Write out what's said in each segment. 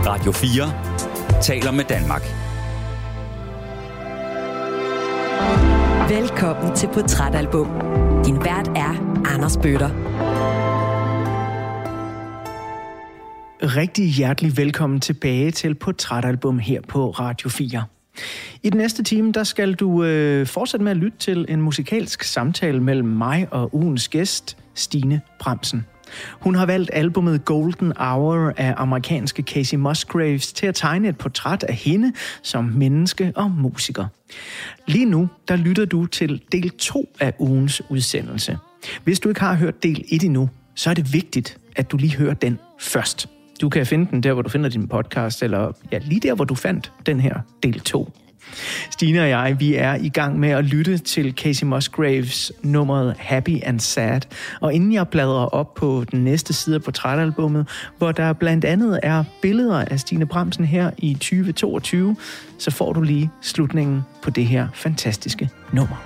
Radio 4 taler med Danmark. Velkommen til Portrætalbum. Din vært er Anders Bøtter. Rigtig hjertelig velkommen tilbage til Portrætalbum her på Radio 4. I den næste time, der skal du fortsætte med at lytte til en musikalsk samtale mellem mig og ugens gæst, Stine Bramsen. Hun har valgt albumet Golden Hour af amerikanske Kacey Musgraves til at tegne et portræt af hende som menneske og musiker. Lige nu, der lytter du til del 2 af ugens udsendelse. Hvis du ikke har hørt del 1 endnu, så er det vigtigt, at du lige hører den først. Du kan finde den der, hvor du finder din podcast, eller lige der, hvor du fandt den her del 2. Stine og jeg, vi er i gang med at lytte til Kacey Musgraves nummeret Happy and Sad. Og inden jeg bladrer op på den næste side af portrætalbummet, hvor der blandt andet er billeder af Stine Bramsen her i 2022, så får du lige slutningen på det her fantastiske nummer.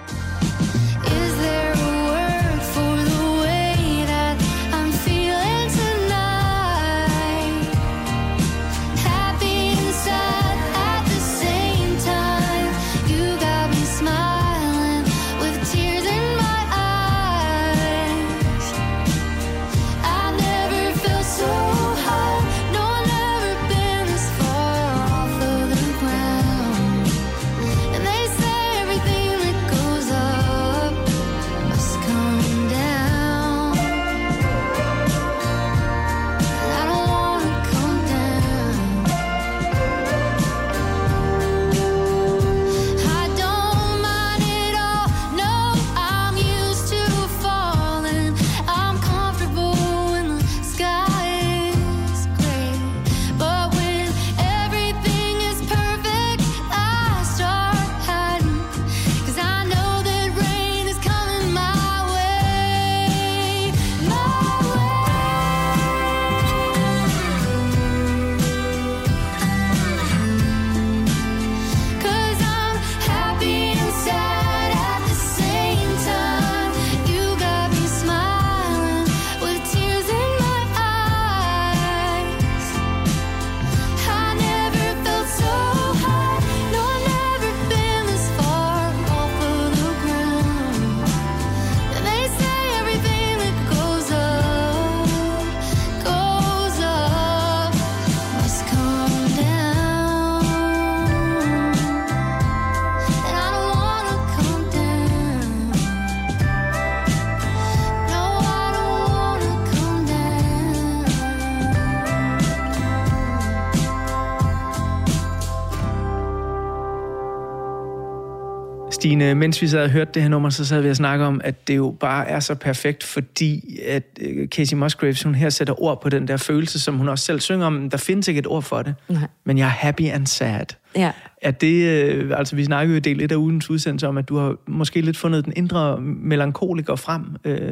Stine, mens vi sad og hørte det her nummer, så sad vi og snakkede om, at det jo bare er så perfekt, fordi at Kacey Musgraves, hun her sætter ord på den der følelse, som hun også selv synger om. Der findes ikke et ord for det, men jeg er happy and sad. Ja. Er det, altså vi snakkede jo i del 1 af ugens udsendelse om, at du har måske lidt fundet den indre melankoliker frem,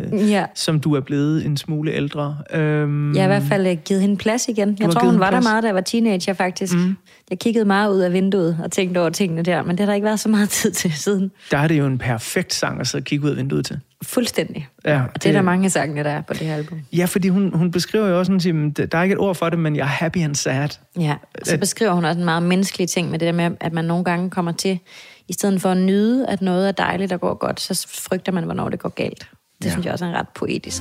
som du er blevet en smule ældre. Jeg har i hvert fald givet hende plads igen. Jeg tror, hun var der meget, da jeg var teenager faktisk. Jeg kiggede meget ud af vinduet og tænkte over tingene der, men det har der ikke været så meget tid til siden. Der er det jo en perfekt sang at sidde og kigge ud af vinduet til. Fuldstændig. Ja, og det er der mange sange, der er på det her album. Ja, fordi hun beskriver jo også sådan, at der er ikke et ord for det, men jeg er happy and sad. Ja, så beskriver hun også en meget menneskelig ting med det der med, at man nogle gange kommer til, i stedet for at nyde, at noget er dejligt og går godt, så frygter man, hvornår det går galt. Det synes jeg også er ret poetisk.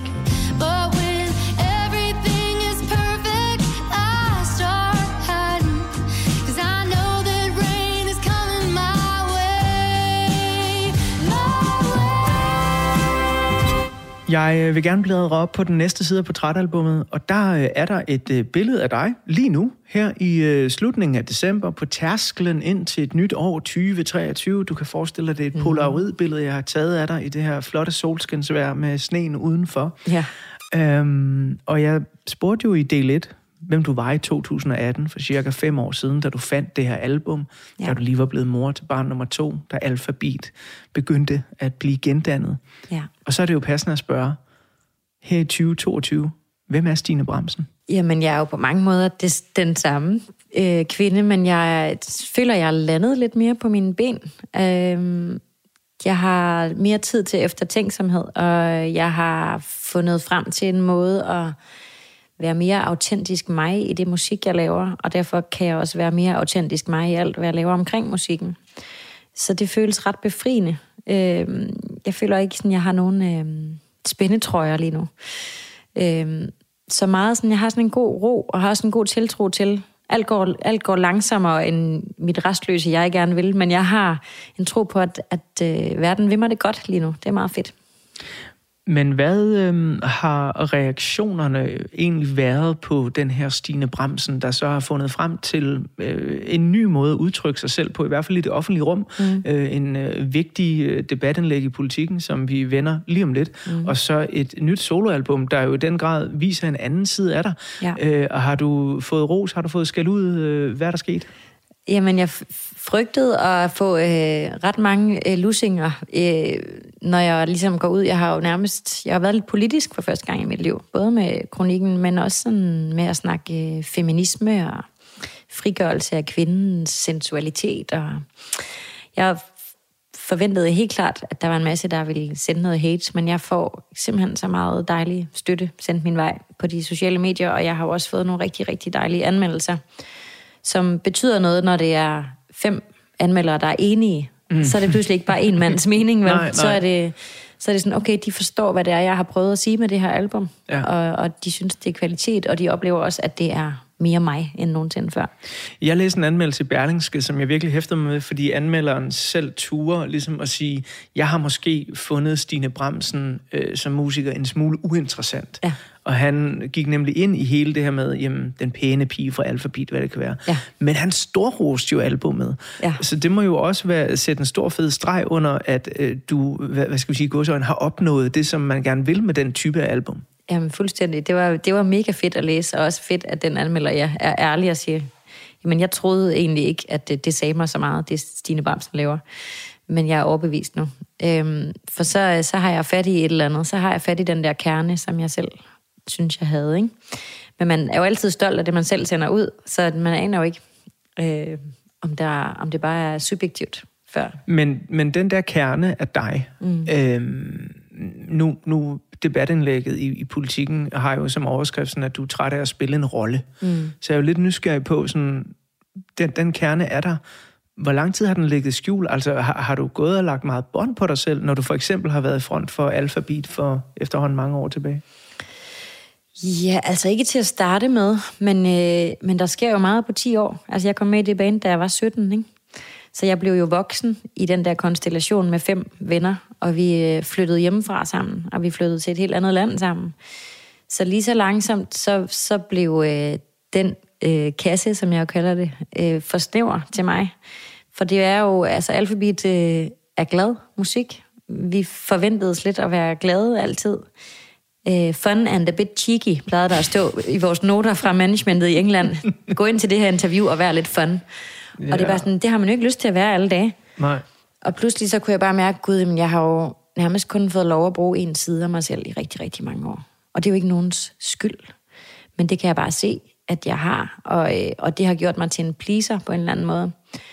Jeg vil gerne bladre op på den næste side af portrætalbummet, og der er der et billede af dig lige nu, her i slutningen af december, på tærsklen ind til et nyt år, 2023. Du kan forestille dig, det er et polaroidbillede, jeg har taget af dig i det her flotte solskinsvejr med sneen udenfor. Ja. Og jeg spurgte jo i del 1, hvem du var i 2018, for cirka 5 år siden, da du fandt det her album, da du lige var blevet mor til barn nummer 2, da Alphabet begyndte at blive gendannet. Ja. Og så er det jo passende at spørge, her i 2022, hvem er Stine Bramsen? Jamen, jeg er jo på mange måder den samme kvinde, men jeg føler, jeg er landet lidt mere på mine ben. Jeg har mere tid til eftertænksomhed, og jeg har fundet frem til en måde at være mere autentisk mig i det musik, jeg laver, og derfor kan jeg også være mere autentisk mig i alt, hvad jeg laver omkring musikken. Så det føles ret befriende. Jeg føler ikke, sådan, jeg har nogen spændetrøjer lige nu. Så meget sådan, jeg har sådan en god ro, og har også en god tiltro til, alt går langsommere end mit restløse, jeg gerne vil, men jeg har en tro på, at verden vil mig det godt lige nu. Det er meget fedt. Men hvad har reaktionerne egentlig været på den her Stine Bramsen, der så har fundet frem til en ny måde at udtrykke sig selv på, i hvert fald i det offentlige rum? En vigtig debatindlæg i Politikken, som vi vender lige om lidt. Og så et nyt soloalbum, der jo i den grad viser en anden side af dig. Ja. Har du fået ros? Har du fået skæld ud? Hvad er der sket? Jamen, jeg frygtede at få ret mange lussinger, når jeg ligesom går ud. Jeg har været lidt politisk for første gang i mit liv. Både med kronikken, men også sådan med at snakke feminisme og frigørelse af kvindens sensualitet. Og jeg forventede helt klart, at der var en masse, der ville sende noget hate, men jeg får simpelthen så meget dejlig støtte sendt min vej på de sociale medier, og jeg har også fået nogle rigtig, rigtig dejlige anmeldelser, som betyder noget, når det er 5 anmeldere, der er enige. Så er det pludselig ikke bare en mands mening, vel? Nej. Så er det sådan, okay, de forstår, hvad det er, jeg har prøvet at sige med det her album. Ja. Og de synes, det er kvalitet, og de oplever også, at det er mere mig end nogensinde før. Jeg læste en anmeldelse i Berlingske, som jeg virkelig hæftede mig med, fordi anmelderen selv turer ligesom at sige, jeg har måske fundet Stine Bramsen som musiker en smule uinteressant. Ja. Og han gik nemlig ind i hele det her med, jamen, den pæne pige fra Alphabet, hvad det kan være. Ja. Men han storroste jo albumet. Ja. Så det må jo også sætte en stor fed streg under, at du, hvad skal vi sige, godsøjne, har opnået det, som man gerne vil med den type af album. Jamen, fuldstændig. Det var mega fedt at læse, og også fedt, at den anmelder er ærlig og siger, jamen, jeg troede egentlig ikke, at det sagde mig så meget, det Stine Bramsen laver. Men jeg er overbevist nu. For så har jeg fat i et eller andet. Så har jeg fat i den der kerne, som jeg selv synes, jeg havde, ikke? Men man er jo altid stolt af det, man selv sender ud, så man aner jo ikke, om det bare er subjektivt før. Men den der kerne af dig, nu debatindlægget i Politikken har jo som overskriften, at du er træt af at spille en rolle. Så jeg er jo lidt nysgerrig på, sådan, den kerne er der. Hvor lang tid har den ligget skjul? Altså, har du gået og lagt meget bånd på dig selv, når du for eksempel har været i front for Alphabet for efterhånden mange år tilbage? Ja, altså ikke til at starte med, men der sker jo meget på 10 år. Altså, jeg kom med i det band, da jeg var 17, ikke? Så jeg blev jo voksen i den der konstellation med 5 venner, og vi flyttede hjemmefra sammen, og vi flyttede til et helt andet land sammen. Så lige så langsomt, så blev den kasse, som jeg jo kalder det, for snæver til mig. For det er jo, altså Alphabet er glad musik. Vi forventedes lidt at være glade altid. Fun and a bit cheeky, plejede der at stå i vores noter fra managementet i England. Gå ind til det her interview og være lidt fun. Yeah. Og det var sådan, det har man jo ikke lyst til at være alle dage. Nej. Og pludselig så kunne jeg bare mærke, gud, men jeg har jo nærmest kun fået lov at bruge en side af mig selv i rigtig, rigtig mange år. Og det er jo ikke nogens skyld. Men det kan jeg bare se, at jeg har. Og det har gjort mig til en pleaser på en eller anden måde.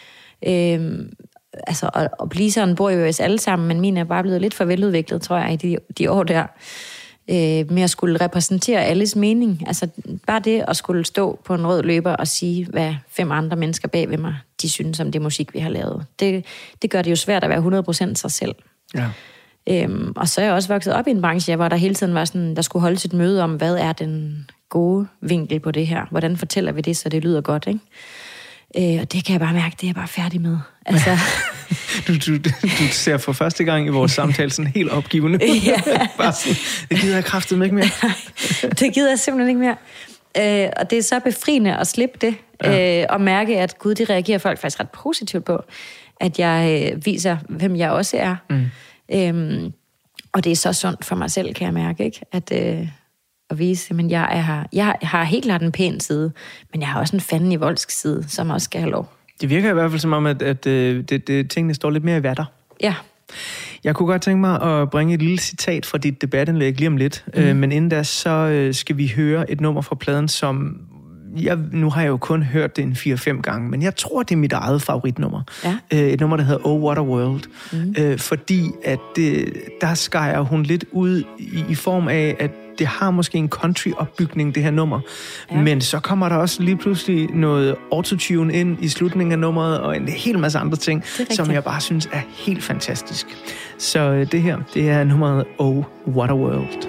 Og pleaseren bor jo i os alle sammen, men min er bare blevet lidt for veludviklet, tror jeg, i de år der. Med at skulle repræsentere alles mening. Altså bare det at skulle stå på en rød løber og sige, hvad 5 andre mennesker bag ved mig, de synes om det musik, vi har lavet. Det gør det jo svært at være 100% sig selv. Ja. Og så er jeg også vokset op i en branche, hvor der hele tiden var sådan, der skulle holdes et møde om, hvad er den gode vinkel på det her? Hvordan fortæller vi det, så det lyder godt, ikke? Og det kan jeg bare mærke, det er jeg bare færdig med. Altså. du ser for første gang i vores samtale sådan helt opgivende. Ja. Bare sådan, det gider jeg kraftedeme ikke mere. Nej, det gider jeg simpelthen ikke mere. Og det er så befriende at slippe det. Ja. Og mærke, at gud, det reagerer folk faktisk ret positivt på. At jeg viser, hvem jeg også er. Og det er så sundt for mig selv, kan jeg mærke, ikke? At vise, men jeg har helt klart en pæn side, men jeg har også en fanden i voldsk side, som også skal have lov. Det virker i hvert fald som om, at tingene står lidt mere i vatter. Ja. Jeg kunne godt tænke mig at bringe et lille citat fra dit debatindlæg lige om lidt, men inden da, så skal vi høre et nummer fra pladen, som nu har jeg jo kun hørt det en 4-5 gange, men jeg tror, det er mit eget favoritnummer. Ja. Et nummer, der hedder Oh, What a World. Fordi at der skærer hun lidt ud i form af, at det har måske en country-opbygning, det her nummer. Ja. Men så kommer der også lige pludselig noget autotune ind i slutningen af nummeret, og en hel masse andre ting, som jeg bare synes er helt fantastisk. Så det her, det er nummeret Oh, What a World.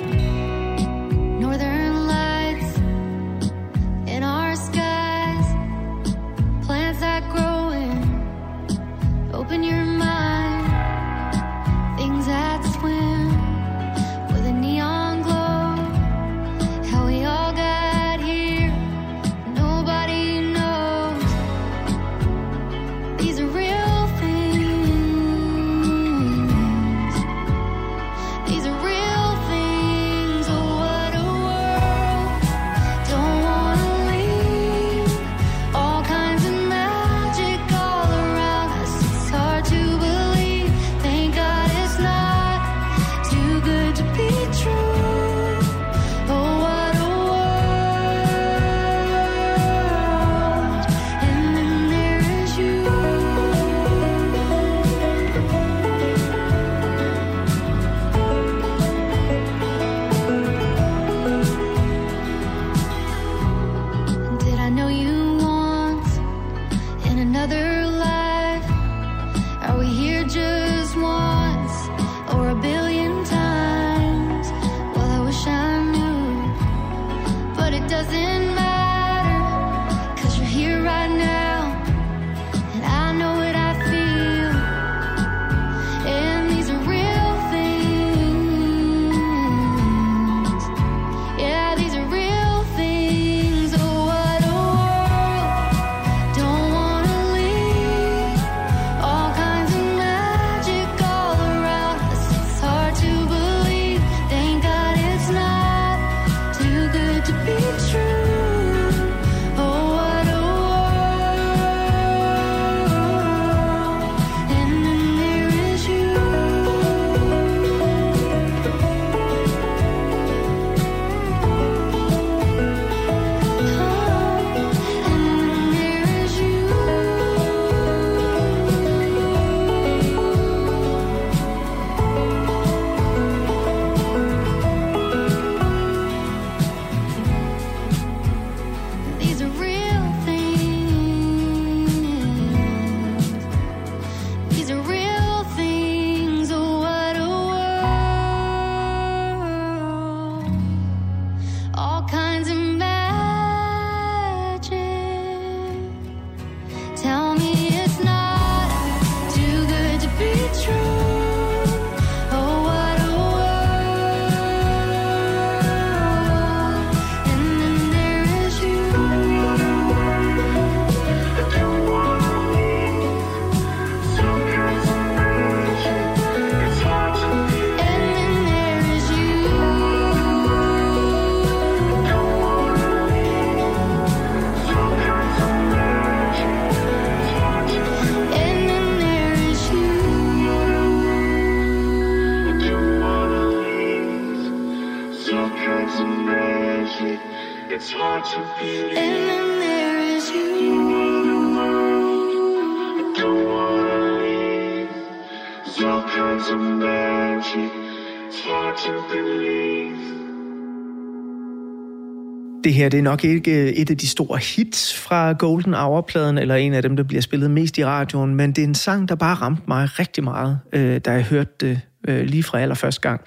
Det her, det er nok ikke et af de store hits fra Golden Hour-pladen, eller en af dem, der bliver spillet mest i radioen, men det er en sang, der bare ramte mig rigtig meget, da jeg hørte det lige fra allerførste gang.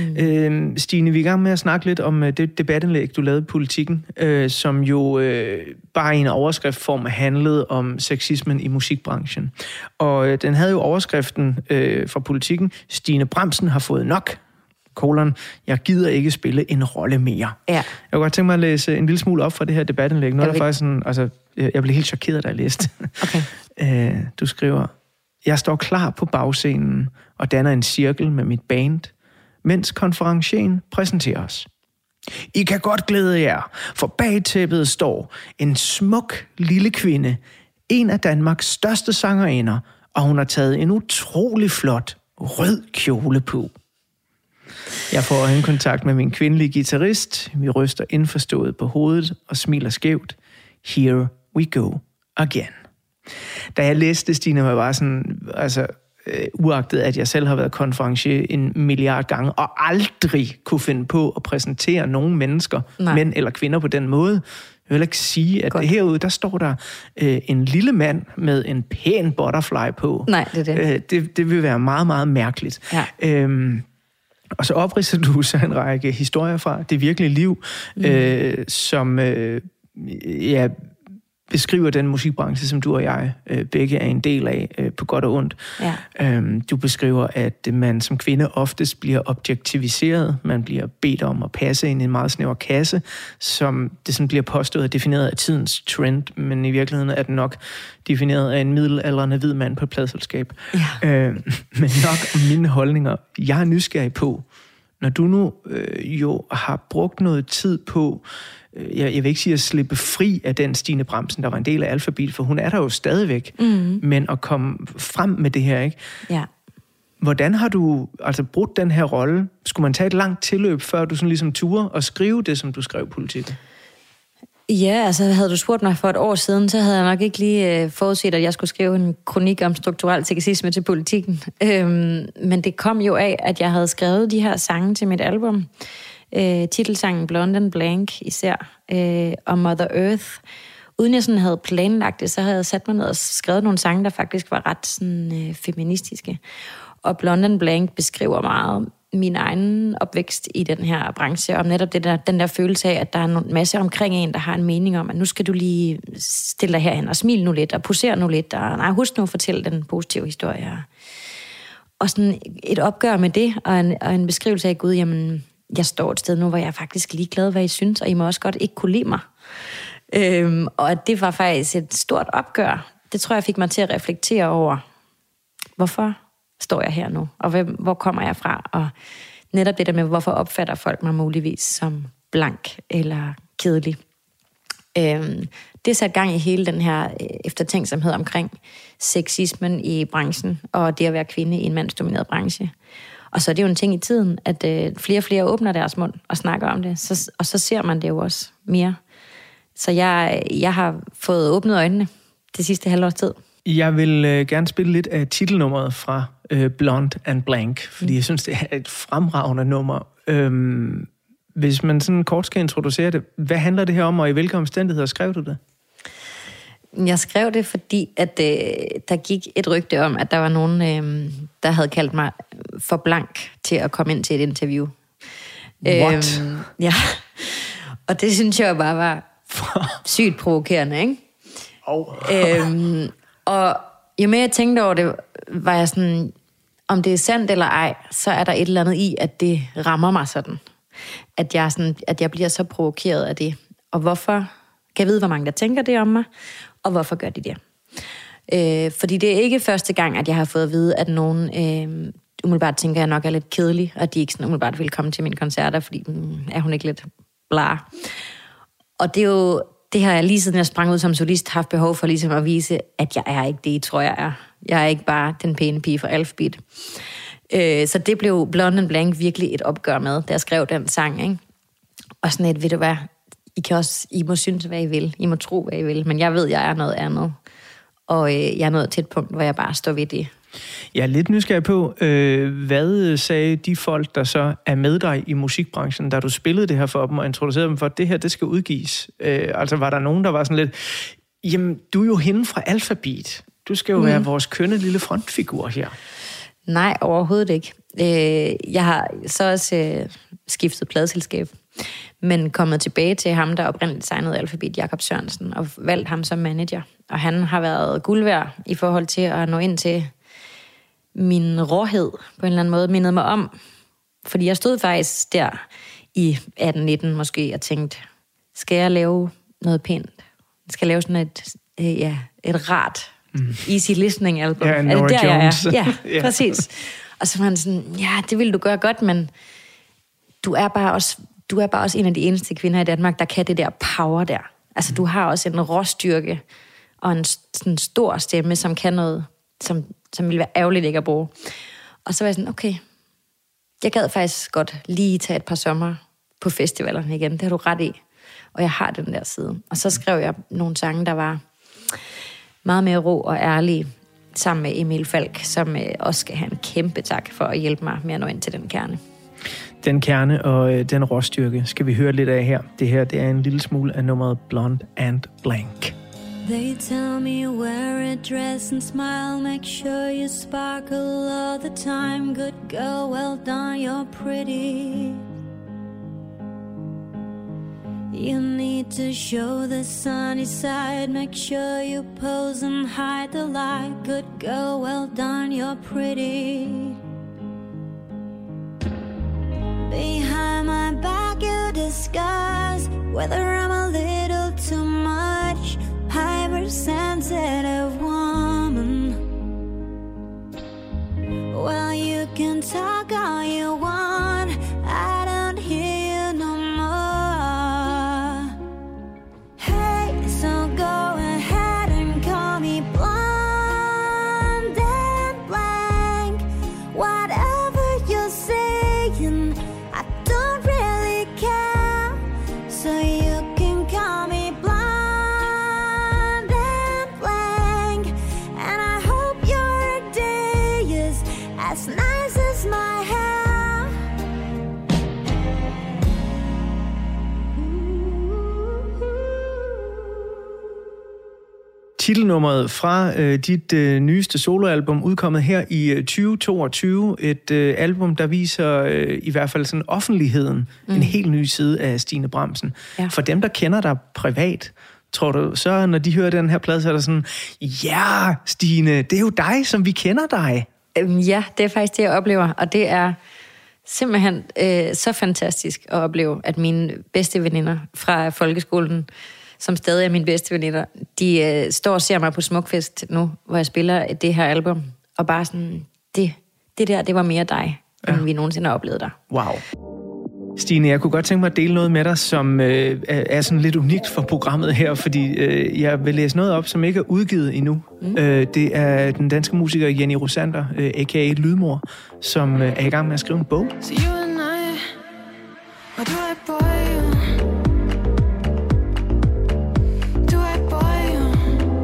Stine, vi er i gang med at snakke lidt om det debatindlæg, du lavede i Politikken, som jo bare i en overskriftform handlede om sexismen i musikbranchen. Og den havde jo overskriften fra Politikken: Stine Bramsen har fået nok. Jeg gider ikke spille en rolle mere. Ja. Jeg kunne godt tænke mig at læse en lille smule op fra det her debatindlæg. Nu er der faktisk sådan, altså, jeg blev helt chokeret, da jeg læste. Okay. Du skriver: Jeg står klar på bagscenen og danner en cirkel med mit band, mens konferencien præsenterer os. I kan godt glæde jer, for bag tæppet står en smuk lille kvinde, en af Danmarks største sangerinder, og hun har taget en utrolig flot rød kjole på. Jeg får øjenkontakt med min kvindelige guitarist. Vi ryster indforstået på hovedet og smiler skævt. Here we go again. Da jeg læste det, Stine, var bare sådan, altså, uagtet at jeg selv har været konferencier 1 milliard gange, og aldrig kunne finde på at præsentere nogen mennesker, mænd eller kvinder på den måde. Jeg vil ikke sige, at herude, der står der en lille mand med en pæn butterfly på. Nej, det er det. Det vil være meget, meget mærkeligt. Ja. Og så opridser du så en række historier fra det virkelige liv, som beskriver den musikbranche, som du og jeg begge er en del af, på godt og ondt. Ja. Du beskriver, at man som kvinde oftest bliver objektiviseret. Man bliver bedt om at passe ind i en meget snæver kasse, som det sådan bliver påstået og defineret af tidens trend, men i virkeligheden er den nok defineret af en middelaldrende hvid mand på et pladselskab. Ja. Men nok om mine holdninger. Jeg er nysgerrig på, når du nu jo har brugt noget tid på, jeg vil ikke sige at slippe fri af den Stine Bramsen, der var en del af Alphabet, for hun er der jo stadigvæk, men at komme frem med det her, ikke? Ja. Hvordan har du altså brugt den her rolle? Skulle man tage et langt tilløb, før du sådan ligesom turde og skrive det, som du skrev Politikken? Ja, altså havde du spurgt mig for et år siden, så havde jeg nok ikke lige forudset, at jeg skulle skrive en kronik om strukturel sexisme til Politikken. Men det kom jo af, at jeg havde skrevet de her sange til mit album. Titelsangen Blonde and Blank især, og Mother Earth. Uden jeg sådan havde planlagt det, så havde jeg sat mig ned og skrevet nogle sange, der faktisk var ret sådan, feministiske. Og Blonde and Blank beskriver meget min egen opvækst i den her branche, om netop den der følelse af, at der er en masse omkring en, der har en mening om, at nu skal du lige stille dig herhen og smile nu lidt, og posere nu lidt, og husk nu at fortælle den positive historie. Og sådan et opgør med det, og en beskrivelse af, Gud, jamen, jeg står et sted nu, hvor jeg er faktisk ligeglad, hvad I synes, og I må også godt ikke kunne lide mig. Og det var faktisk et stort opgør. Det tror jeg fik mig til at reflektere over, hvorfor står jeg her nu, og hvor kommer jeg fra? Og netop det der med, hvorfor opfatter folk mig muligvis som blank eller kedelig. Det satte gang i hele den her eftertænksomhed omkring sexismen i branchen, og det at være kvinde i en mandsdomineret branche. Og så er det jo en ting i tiden, at flere og flere åbner deres mund og snakker om det, og så ser man det jo også mere. Så jeg har fået åbnet øjnene det sidste halvårs tid. Jeg vil gerne spille lidt af titelnummeret fra Blonde and Blank, fordi jeg synes, det er et fremragende nummer. Hvis man sådan kort skal introducere det, hvad handler det her om, og i hvilke omstændigheder skrev du det? Jeg skrev det, fordi at der gik et rygte om, at der var nogen, der havde kaldt mig for blank til at komme ind til et interview. What? Ja, og det synes jeg bare var sygt provokerende, ikke? Og jo mere jeg tænkte over det, var jeg sådan, om det er sandt eller ej, så er der et eller andet i, at det rammer mig sådan. At jeg bliver så provokeret af det. Og hvorfor? Kan jeg vide, hvor mange der tænker det om mig? Og hvorfor gør de det? Fordi det er ikke første gang, at jeg har fået at vide, at nogen umiddelbart tænker, at jeg nok er lidt kedelig, og de ikke sådan umiddelbart vil komme til mine koncerter, fordi er hun ikke lidt bla. Og det er jo, det har jeg lige siden jeg sprang ud som solist haft behov for ligesom at vise, at jeg er ikke det, I tror, jeg er. Jeg er ikke bare den pæne pige fra Alphabet. Så det blev Blonde and Blank virkelig et opgør med, da jeg skrev den sang, ikke? Og sådan et, ved du hvad, I må synes, hvad I vil. I må tro, hvad I vil. Men jeg ved, jeg er noget andet. Og jeg er nået til et punkt, hvor jeg bare står ved det. Jeg er lidt nysgerrig på, hvad sagde de folk, der så er med dig i musikbranchen, da du spillede det her for dem og introducerede dem for, at det her, det skal udgives? Altså var der nogen, der var sådan lidt, jamen, du er jo hende fra Alphabet. Du skal jo være vores kønne lille frontfigur her. Nej, overhovedet ikke. Jeg har så også skiftet pladeselskab, men kommet tilbage til ham, der oprindeligt signede Alphabet, Jakob Sørensen, og valgt ham som manager. Og han har været guld værd i forhold til at nå ind til min råhed på en eller anden måde, mindede mig om. Fordi jeg stod faktisk der i 18-19 måske og tænkte, skal jeg lave noget pænt? Skal jeg lave sådan et rart easy listening album? Ja, Nora der, Jones. Ja, præcis. Og så var han sådan, ja, det ville du gøre godt, men du er bare også en af de eneste kvinder i Danmark, der kan det der power der. Altså, du har også en råstyrke og en sådan stor stemme, som kan noget, som ville være ærgerligt ikke at bruge. Og så var jeg sådan, okay, jeg gad faktisk godt lige tage et par sommer på festivalerne igen. Det har du ret i. Og jeg har den der side. Og så skrev jeg nogle sange, der var meget mere rå og ærlige. sammen med Emil Falk, som også skal have en kæmpe tak for at hjælpe mig med at nå ind til den kerne. Den kerne og den råstyrke skal vi høre lidt af her. Det her, det er en lille smule af nummeret Blonde and Blank. They tell me wear a dress and smile, make sure you sparkle all the time. Good girl, well done, you're pretty. You need to show the sunny side, make sure you pose and hide the light. Good girl, well done, you're pretty. Behind my back you discuss whether I'm a little too much. Hypersensitive woman. Well, you can talk all you want, I don't hear you no more. Hey, so go ahead and call me blonde and blank. Whatever you're saying, I don't really care. So you can call me blonde. As nice as my hair. Titelnummeret fra dit nyeste soloalbum, udkommet her i 2022. Et album, der viser i hvert fald sådan offentligheden en helt ny side af Stine Bramsen. Ja. For dem, der kender dig privat, tror du, så når de hører den her plade, så er der sådan, ja, Stine, det er jo dig, som vi kender dig. Ja, det er faktisk det, jeg oplever, og det er simpelthen så fantastisk at opleve, at mine bedste veninder fra folkeskolen, som stadig er mine bedste veninder, de står og ser mig på Smukfest nu, hvor jeg spiller det her album, og bare sådan, det der, det var mere dig, end vi nogensinde har oplevet dig. Wow. Stine, jeg kunne godt tænke mig at dele noget med dig, som er sådan lidt unikt for programmet her, fordi jeg vil læse noget op, som ikke er udgivet endnu. Det er den danske musiker Jenny Rosander, a.k.a. Lydmor, som er i gang med at skrive en bog. So you and I, or do I buy you? Do I buy you?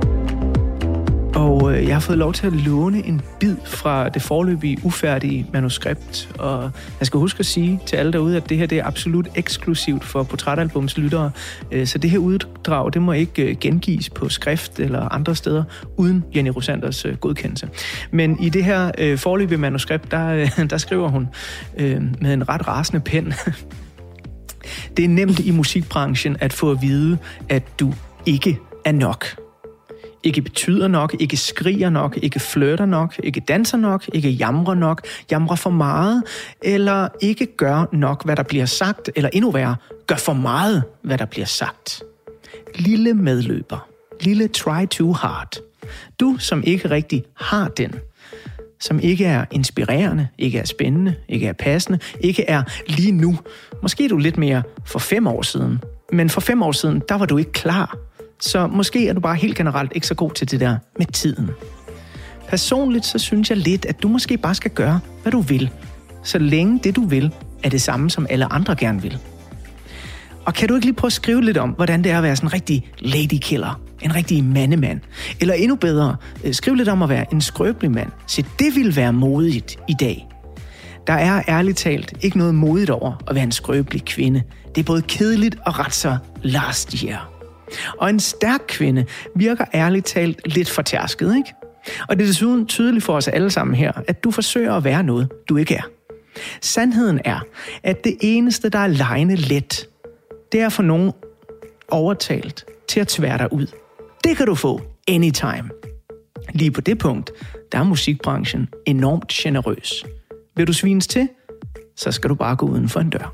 Og jeg har fået lov til at låne en bid fra det foreløbige ufærdige manuskript, og jeg skal huske at sige til alle derude, at det her det er absolut eksklusivt for Portrætalbums lyttere, så det her uddrag, det må ikke gengives på skrift eller andre steder, uden Jenny Rosanders godkendelse. Men i det her foreløbige manuskript, der skriver hun med en ret rasende pen, det er nemt i musikbranchen at få at vide, at du ikke er nok. Ikke betyder nok, ikke skriger nok, ikke flirter nok, ikke danser nok, ikke jamrer nok, jamrer for meget, eller ikke gør nok, hvad der bliver sagt, eller endnu værre, gør for meget, hvad der bliver sagt. Lille medløber. Lille try too hard. Du, som ikke rigtig har den. Som ikke er inspirerende, ikke er spændende, ikke er passende, ikke er lige nu. Måske er du lidt mere for 5 år siden. Men for 5 år siden, der var du ikke klar. Så måske er du bare helt generelt ikke så god til det der med tiden. Personligt så synes jeg lidt, at du måske bare skal gøre, hvad du vil. Så længe det du vil, er det samme som alle andre gerne vil. Og kan du ikke lige prøve at skrive lidt om, hvordan det er at være sådan en rigtig ladykiller? En rigtig mandemand? Eller endnu bedre, skriv lidt om at være en skrøbelig mand. Så det vil være modigt i dag. Der er ærligt talt ikke noget modigt over at være en skrøbelig kvinde. Det er både kedeligt og ret så last year. Og en stærk kvinde virker ærligt talt lidt fortærsket, ikke? Og det er desuden tydeligt for os alle sammen her, at du forsøger at være noget, du ikke er. Sandheden er, at det eneste, der er legende let, det er for nogen overtalt til at tvære dig ud. Det kan du få anytime. Lige på det punkt, der er musikbranchen enormt generøs. Vil du svines til, så skal du bare gå uden for en dør.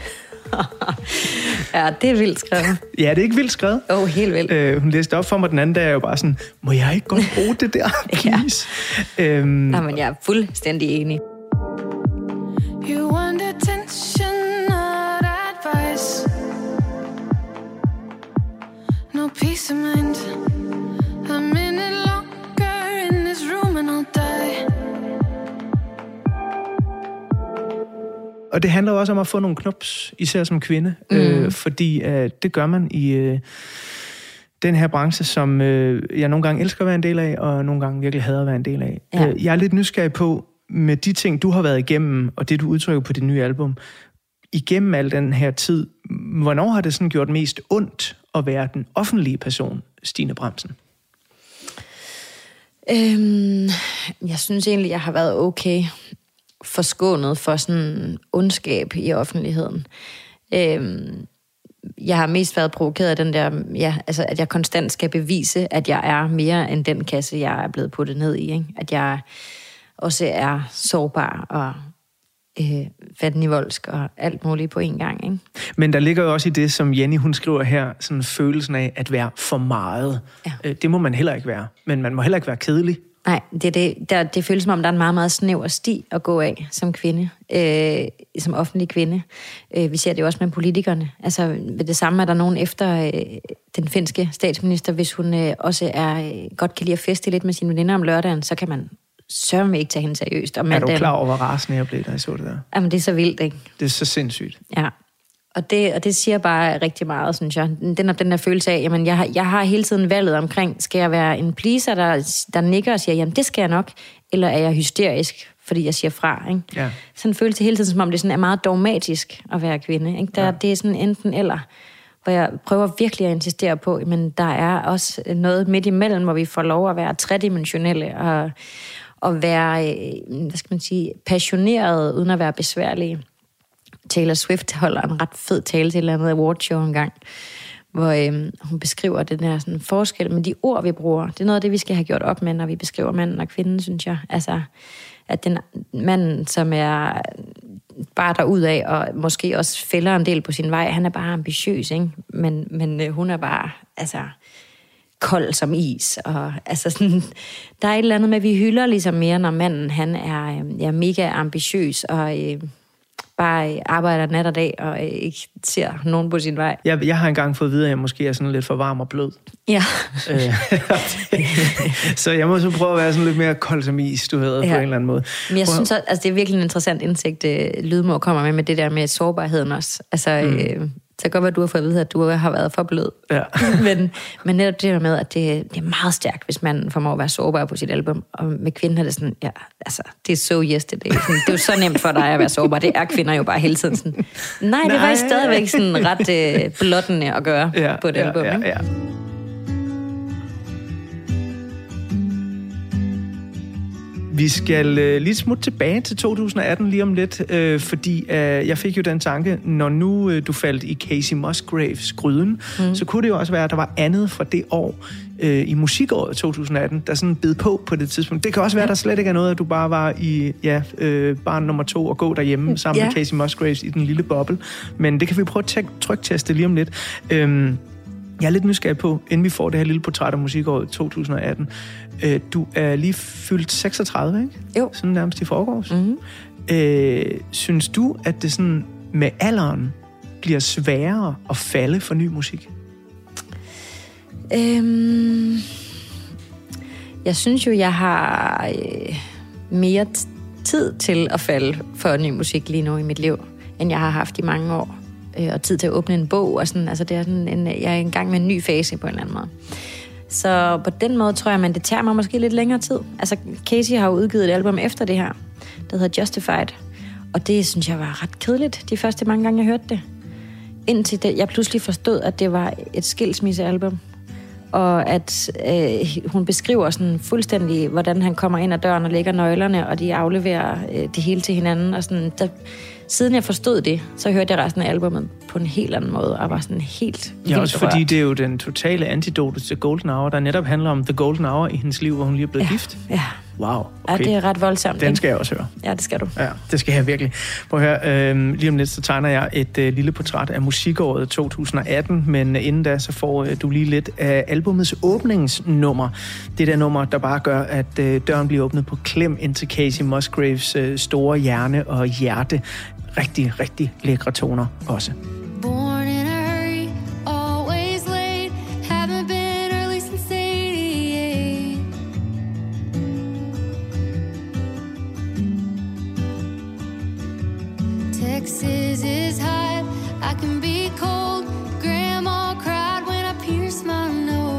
Ja, det er vildt skrevet. Ja, det er ikke vildt skrevet. Helt vildt. Hun læste op for mig den anden dag, og jeg jo bare sådan, må jeg ikke godt bruge det der, please? Jamen, jeg er fuldstændig enig. You want attention, not advice. No peace of mind. A minute longer in this room and I'll die. Og det handler også om at få nogle knops, især som kvinde, fordi det gør man i Den her branche, som jeg nogle gange elsker at være en del af, og nogle gange virkelig hader at være en del af. Ja. Jeg er lidt nysgerrig på, med de ting, du har været igennem, og det, du udtrykker på dit nye album, igennem al den her tid, hvornår har det sådan gjort mest ondt at være den offentlige person, Stine Bramsen? Jeg synes egentlig, jeg har været okay forskånet for sådan ondskab i offentligheden. Jeg har mest været provokeret af den der, altså at jeg konstant skal bevise, at jeg er mere end den kasse, jeg er blevet puttet ned i. Ikke? At jeg også er sårbar og fattigvoldsk og alt muligt på en gang. Ikke? Men der ligger jo også i det, som Jenny, hun skriver her, sådan følelsen af at være for meget. Ja. Det må man heller ikke være, men man må heller ikke være kedelig. Nej, det føles som om, der er en meget, meget snæver sti at gå af som kvinde, som offentlig kvinde. Vi ser det jo også med politikerne. Altså, ved det samme er der nogen efter den finske statsminister, hvis hun også godt kan lide at feste lidt med sine veninder om lørdagen, så kan man sørme ikke tage hende seriøst. Og er du klar over, hvor rasende jeg blev, da jeg så det der? Jamen, det er så vildt, ikke? Det er så sindssygt. Ja. Og det siger bare rigtig meget, synes jeg. Den der følelse af, jamen, jeg har hele tiden valget omkring, skal jeg være en pleaser, der nikker og siger, jamen, det skal jeg nok, eller er jeg hysterisk, fordi jeg siger fra, ikke? Ja. Sådan en følelse hele tiden, som om det sådan er meget dogmatisk at være kvinde, ikke? Det er sådan enten eller, hvor jeg prøver virkelig at insistere på, men der er også noget midt imellem, hvor vi får lov at være tredimensionelle og være, hvad skal man sige, passionerede, uden at være besværlige. Taylor Swift holder en ret fed tale til et eller andet awardshow en gang, hvor hun beskriver den der sådan forskel med de ord, vi bruger. Det er noget af det, vi skal have gjort op med, når vi beskriver manden og kvinden, synes jeg. Altså, at den manden, som er bare derudad og måske også fælder en del på sin vej, han er bare ambitiøs, ikke? Men hun er bare, altså, kold som is. Og, altså sådan, der er et eller andet med, at vi hylder ligesom mere, når manden, han er mega ambitiøs og bare arbejder nat og dag, og ikke ser nogen på sin vej. Jeg har engang fået at vide, at jeg måske er sådan lidt for varm og blød. Ja. Så jeg må så prøve at være sådan lidt mere kold som is, du ved, på en eller anden måde. Men jeg synes også, altså det er virkelig en interessant indsigt, Lydmor kommer med det der med sårbarheden også. Altså, så kan godt være, at du har fået at vide, at du har været for blød. Ja. men netop det der med, at det er meget stærkt, hvis man formår at være sårbar på sit album. Og med kvinden er det sådan, ja, altså, det er so yesterday. Sådan, det er jo så nemt for dig at være sårbar. Det er kvinder jo bare hele tiden sådan. Nej, det var stadigvæk sådan ret blottende at gøre på et album. Ja. Vi skal lige smutte tilbage til 2018 lige om lidt, fordi jeg fik jo den tanke, når nu du faldt i Kacey Musgraves gryden, så kunne det jo også være, at der var andet fra det år i musikåret 2018, der sådan bed på det tidspunkt. Det kan også være, at der slet ikke er noget, at du bare var i barn nummer 2 og gå derhjemme sammen med Kacey Musgraves i den lille boble. Men det kan vi prøve at trykteste lige om lidt. Jeg er lidt nysgerrig på, inden vi får det her lille portræt af musikåret 2018. Du er lige fyldt 36, ikke? Jo. Sådan nærmest i forgårs. Synes du, at det sådan med alderen bliver sværere at falde for ny musik? Jeg synes jo, jeg har mere tid til at falde for ny musik lige nu i mit liv, end jeg har haft i mange år. Og tid til at åbne en bog, og sådan, altså det er sådan jeg er i gang med en ny fase på en eller anden måde. Så på den måde tror jeg, men det tager mig måske lidt længere tid. Altså Kacey har jo udgivet et album efter det her, der hedder Justified, og det synes jeg var ret kedeligt, de første mange gange, jeg hørte det. Indtil jeg pludselig forstod, at det var et skilsmissealbum, og at hun beskriver sådan fuldstændig, hvordan han kommer ind ad døren og lægger nøglerne, og de afleverer det hele til hinanden, og sådan, siden jeg forstod det, så hørte jeg resten af albumet på en helt anden måde, og var sådan helt vildt også fordi det er jo den totale antidote til Golden Hour, der netop handler om The Golden Hour i hendes liv, hvor hun lige er blevet gift. Ja. Wow, okay. Ja, det er ret voldsomt. Den skal jeg også høre. Ja, det skal du. Ja, det skal jeg virkelig. Prøv at høre, lige om lidt, så tegner jeg et lille portræt af musikåret 2018, men inden da, så får du lige lidt af albumets åbningsnummer. Det der nummer, der bare gør, at døren bliver åbnet på klem ind til Kacey Musgraves store hjerne og hjerte. Rigtig, rigtig lækre toner også. Born in a hurry, always late, haven't been early since 88. Texas is hot, I can be cold. Grandma cried when I pierced my nose.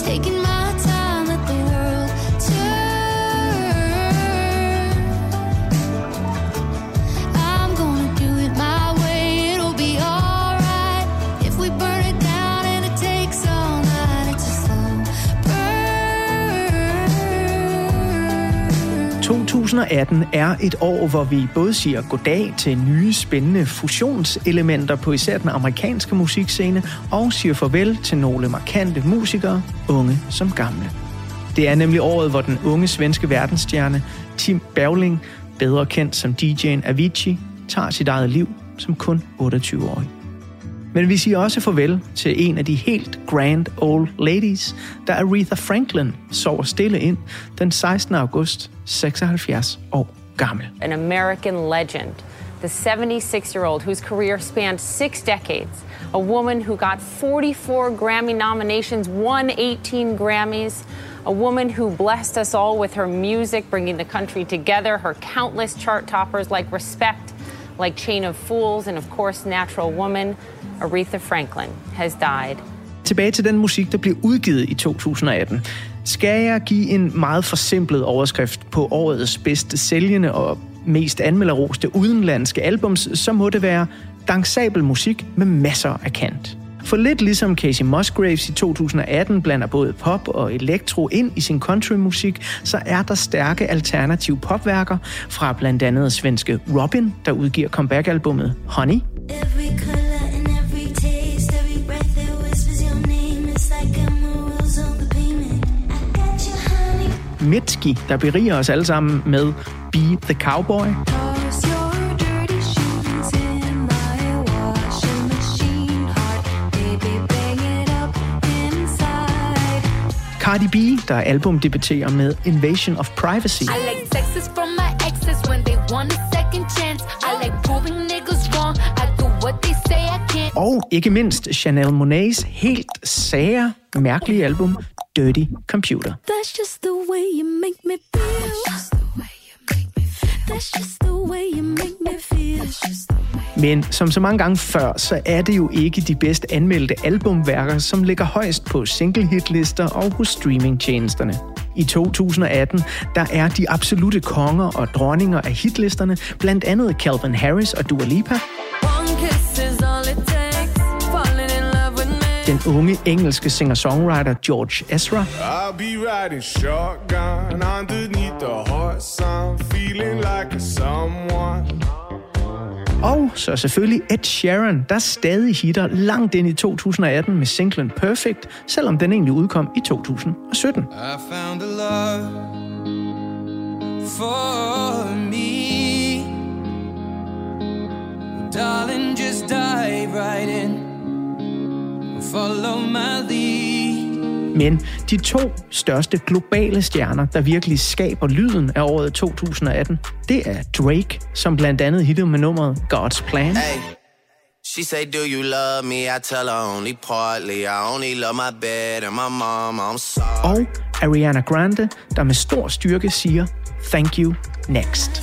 taking my time, let the world turn. I'm gonna do it my way, it'll be alright. If we burn it down and it takes all night, it's a slow burn. 2018 er et år, hvor vi både siger goddag til nye, spændende fusionselementer på især den amerikanske musikscene, og siger farvel til nogle markante musikere, unge som gamle. Det er nemlig året, hvor den unge svenske verdensstjerne Tim Bergling, bedre kendt som DJ'en Avicii, tager sit eget liv som kun 28-årig. Men vi siger også farvel til en af de helt grand old ladies, da Aretha Franklin sover stille ind den 16. august, 76 år gammel. An American legend, the 76-year-old whose career spanned 6 decades, a woman who got 44 Grammy nominations, won 18 Grammys, a woman who blessed us all with her music, bringing the country together, her countless chart toppers like Respect, like Chain of Fools, and of course Natural Woman. Aretha Franklin has died. Tilbage til den musik, der blev udgivet i 2018. Skal jeg give en meget forsimplet overskrift på årets bedst sælgende og mest anmelderroste udenlandske albums, så må det være dansabel musik med masser af kant. For lidt ligesom Casey Musgraves i 2018 blander både pop og elektro ind i sin countrymusik, så er der stærke alternative popværker fra blandt andet svenske Robin, der udgiver comeback-albummet Honey. Mitski, der beriger os alle sammen med Be the Cowboy. Cardi B, der albumdebuterer med Invasion of Privacy. Og ikke mindst Chanel Monets helt sære, mærkelige album Dirty Computer. That's just the way you make me feel. That's just the way you make me feel. Men som så mange gange før, så er det jo ikke de bedst anmeldte albumværker, som ligger højst på single-hitlister og hos streamingtjenesterne. I 2018, der er de absolute konger og dronninger af hitlisterne, blandt andet Calvin Harris og Dua Lipa. Den unge engelske singer-songwriter George Ezra. I'll be riding shotgun underneath the hot sun, feeling like a someone. Og så selvfølgelig Ed Sheeran, der stadig hitter langt ind i 2018 med singlen Perfect, selvom den egentlig udkom i 2017. I found a love for me. Darling, just dive right in. Follow my lead. Men de to største globale stjerner, der virkelig skaber lyden af året 2018, det er Drake, som blandt andet hittede med nummeret God's Plan. Hey, she say, do you love me? I tell her only partly. I only love my bed and my mom. I'm sorry. Og Ariana Grande, der med stor styrke siger, thank you, next.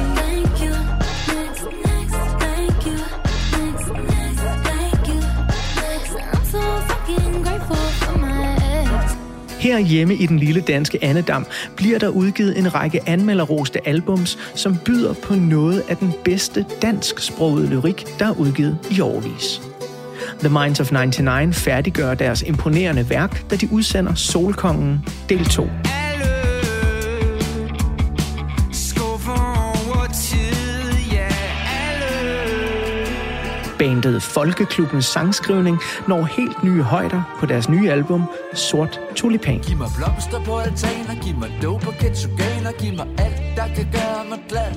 Her hjemme i den lille danske Annedam bliver der udgivet en række anmelderroste albums, som byder på noget af den bedste dansksprogede lyrik, der er udgivet i årevis. The Minds of 99 færdiggør deres imponerende værk, da de udsender Solkongen del 2. Bandet Folkeklubbens sangskrivning når helt nye højder på deres nye album Sort Tulipan. Giv mig blomster på altaner, giv mig dope og ketchuganer, giv mig alt, der kan gøre mig glad.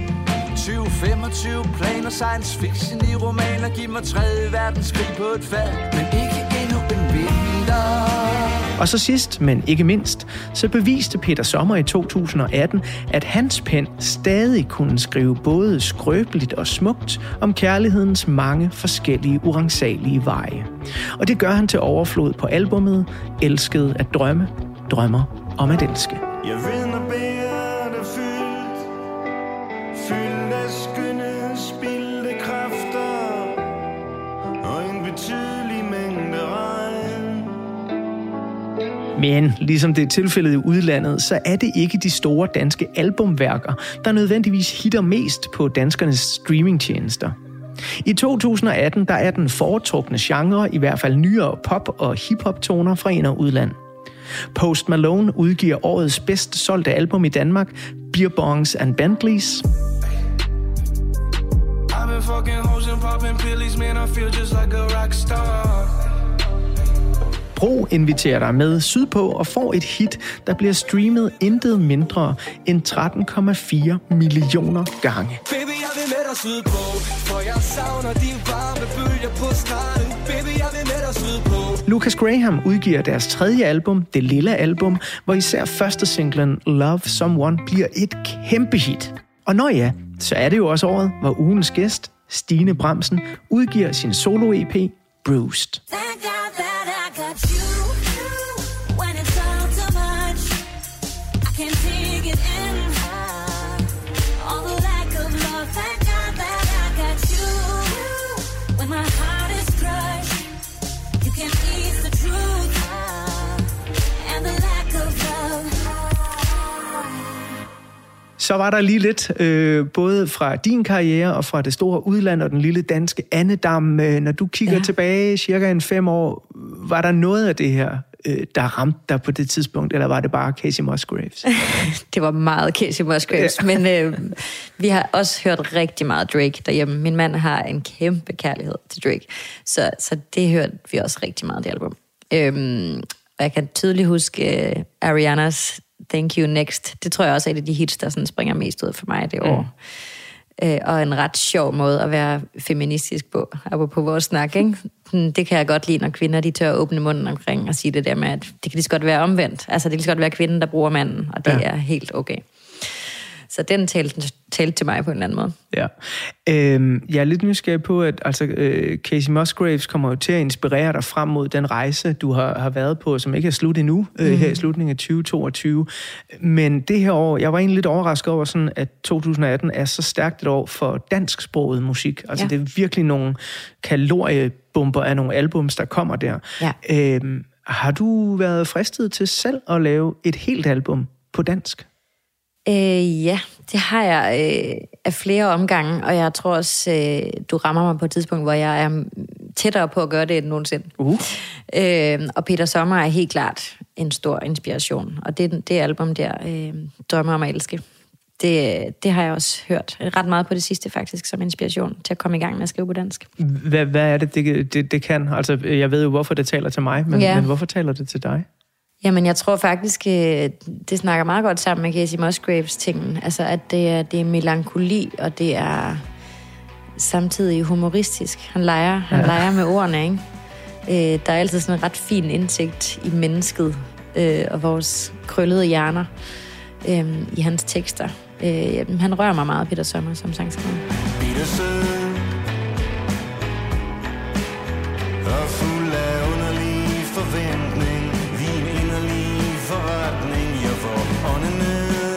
20-25 planer, science fiction i romaner, giv mig 3. verdenskrig på et fad, men ikke endnu en vinter. Og så sidst, men ikke mindst, så beviste Peter Sommer i 2018, at hans pen stadig kunne skrive både skrøbeligt og smukt om kærlighedens mange forskellige uransagelige veje. Og det gør han til overflod på albummet Elsket at drømme, drømmer om at elske. Jeg ved, når bæret er fyldt, fyldt af skønne, spildte kræfter og en betydelig mængde regn. Men ligesom det er tilfældet i udlandet, så er det ikke de store danske albumværker, der nødvendigvis hitter mest på danskernes streamingtjenester. I 2018 der er den foretrukne genre i hvert fald nyere pop- og hip-hop-toner fra ind- og udland. Post Malone udgiver årets bedst solgte album i Danmark, Beer Bongs and Bentleys. Bro inviterer dig med sydpå og får et hit, der bliver streamet intet mindre end 13,4 millioner gange. Baby, jeg vil med dig sydpå, for jeg savner de varme bølger på stranden. Baby, jeg vil med dig sydpå. Lucas Graham udgiver deres tredje album, Det Lille Album, hvor især første singlen Love Someone bliver et kæmpe hit. Og når ja, så er det jo også året, hvor ugens gæst, Stine Bramsen, udgiver sin solo-EP, Bruised. Så var der lige lidt, både fra din karriere og fra det store udland og den lille danske andedam. Når du kigger tilbage cirka en 5 år, var der noget af det her, der ramte dig på det tidspunkt, eller var det bare Kacey Musgraves? Det var meget Kacey Musgraves, men vi har også hørt rigtig meget Drake derhjemme. Min mand har en kæmpe kærlighed til Drake, så det hørte vi også rigtig meget, det album. Og jeg kan tydeligt huske Arianas Thank You Next. Det tror jeg også er et af de hits, der sådan springer mest ud for mig det år. Og en ret sjov måde at være feministisk på, apropos vores snak, ikke? Det kan jeg godt lide, når kvinder de tør at åbne munden omkring og sige det der med, at det kan lige så godt være omvendt. Altså, det kan lige så godt være kvinden, der bruger manden, og det er helt okay. Så den talte til mig på en eller anden måde. Ja. Jeg er lidt nysgerrig på, at Kacey Musgraves kommer jo til at inspirere dig frem mod den rejse, du har været på, som ikke er slut endnu, her i slutningen af 2022. Men det her år, jeg var egentlig lidt overrasket over, sådan, at 2018 er så stærkt et år for dansksproget musik. Altså det er virkelig nogle kaloriebomber af nogle albums, der kommer der. Ja. Har du været fristet til selv at lave et helt album på dansk? Ja, det har jeg af flere omgange, og jeg tror også, du rammer mig på et tidspunkt, hvor jeg er tættere på at gøre det end nogensinde. Og Peter Sommer er helt klart en stor inspiration, og det album der, Drømmer om at elske, det har jeg også hørt ret meget på det sidste faktisk, som inspiration til at komme i gang med at skrive på dansk. Hvad er det kan? Altså, jeg ved jo, hvorfor det taler til mig, men hvorfor taler det til dig? Jamen, jeg tror faktisk, det snakker meget godt sammen med Kacey Musgraves-tingen. Altså, at det er melankoli, og det er samtidig humoristisk. Han leger med ordene, ikke? Der er altid sådan en ret fin indsigt i mennesket og vores krøllede hjerner i hans tekster. Han rører mig meget, Peter Sommer, som sangskriver. Og fuld af underlig forventning. Forretning, jeg får åndene.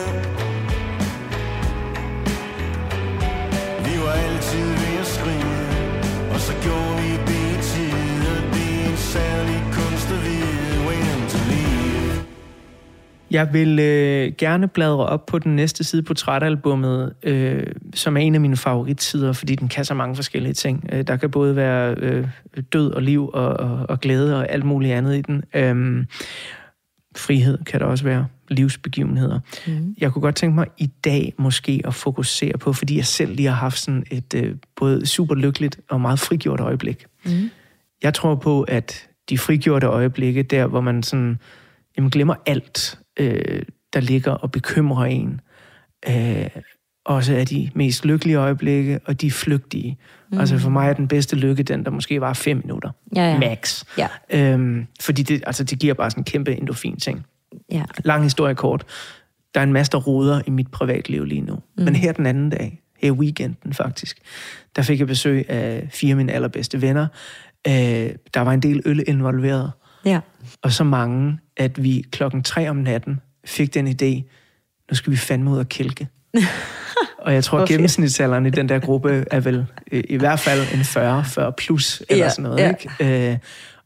Vi var altid ved at skrive, og så gjorde vi det i tid, og det er en særlig kunst at vide, way to live. Jeg vil gerne bladre op på den næste side på portrætalbummet, som er en af mine favoritsider, fordi den kan så mange forskellige ting. Der kan både være død og liv og glæde og alt muligt andet i den. Frihed kan der også være, livsbegivenheder. Jeg kunne godt tænke mig i dag måske at fokusere på, fordi jeg selv lige har haft sådan et både super lykkeligt og meget frigjort øjeblik. Jeg tror på, at de frigjorte øjeblikke, der hvor man sådan, glemmer alt, der ligger og bekymrer en, også er de mest lykkelige øjeblikke, og de flygtige. Altså for mig er den bedste lykke den, der måske var 5 minutter. Max. Ja. Fordi det giver bare sådan en kæmpe endorfin-ting. Ja. Lang historie kort. Der er en masse, der roder i mit privatliv lige nu. Men her den anden dag, her i weekenden faktisk, der fik jeg besøg af 4 af mine allerbedste venner. Der var en del øl involveret. Ja. Og så mange, at vi 3:00 om natten fik den idé, nu skal vi fandme ud og kælke. Og jeg tror, gennemsnitsalderen i den der gruppe er vel i hvert fald en 40 plus, eller sådan noget. Ikke?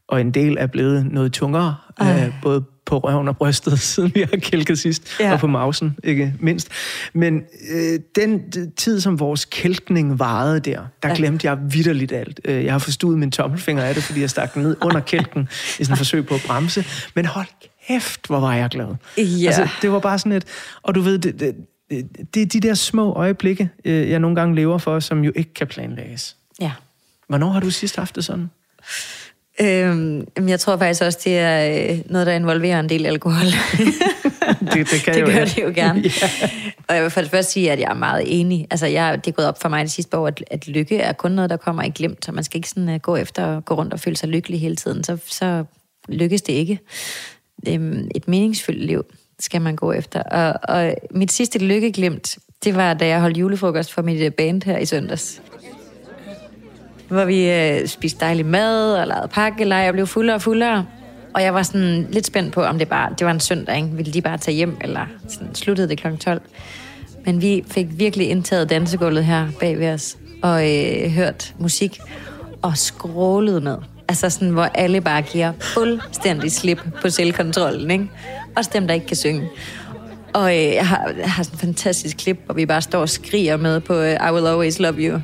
og en del er blevet noget tungere, både på røven og brystet, siden vi har kælket sidst, og på mausen, ikke mindst. Men den tid, som vores kælkning varede der glemte jeg vitterligt alt. Jeg har forstuet min tommelfinger af det, fordi jeg stak den ned under kælken i sådan et forsøg på at bremse. Men hold kæft, hvor var jeg glad. Ja. Altså, det var bare sådan et... Og du ved, det er de der små øjeblikke, jeg nogle gange lever for, som jo ikke kan planlægges. Ja. Hvornår har du sidst haft det sådan? Jeg tror faktisk også, det er noget, der involverer en del alkohol. det det gør det jo gerne. Og jeg vil først sige, at jeg er meget enig. Altså, det er gået op for mig det sidste år, at lykke er kun noget, der kommer i glemt, så man skal ikke sådan gå efter og gå rundt og føle sig lykkelig hele tiden. Så lykkes det ikke. Et meningsfyldt liv skal man gå efter. Og mit sidste lykkeglemt, det var, da jeg holdt julefrokost for mit band her i søndags. Hvor vi spiste dejlig mad og lavede pakkelej og blev fuldere og fuldere. Og jeg var sådan lidt spændt på, om det var en søndag, ikke? Ville de bare tage hjem, eller sådan, sluttede det kl. 12. Men vi fik virkelig indtaget dansegulvet her bag ved os, og hørt musik, og skrålede ned. Altså sådan, hvor alle bare giver fuldstændig slip på selvkontrollen, ikke? Også dem, der ikke kan synge. Og jeg har sådan en fantastisk klip, hvor vi bare står og skriger med på I Will Always Love You.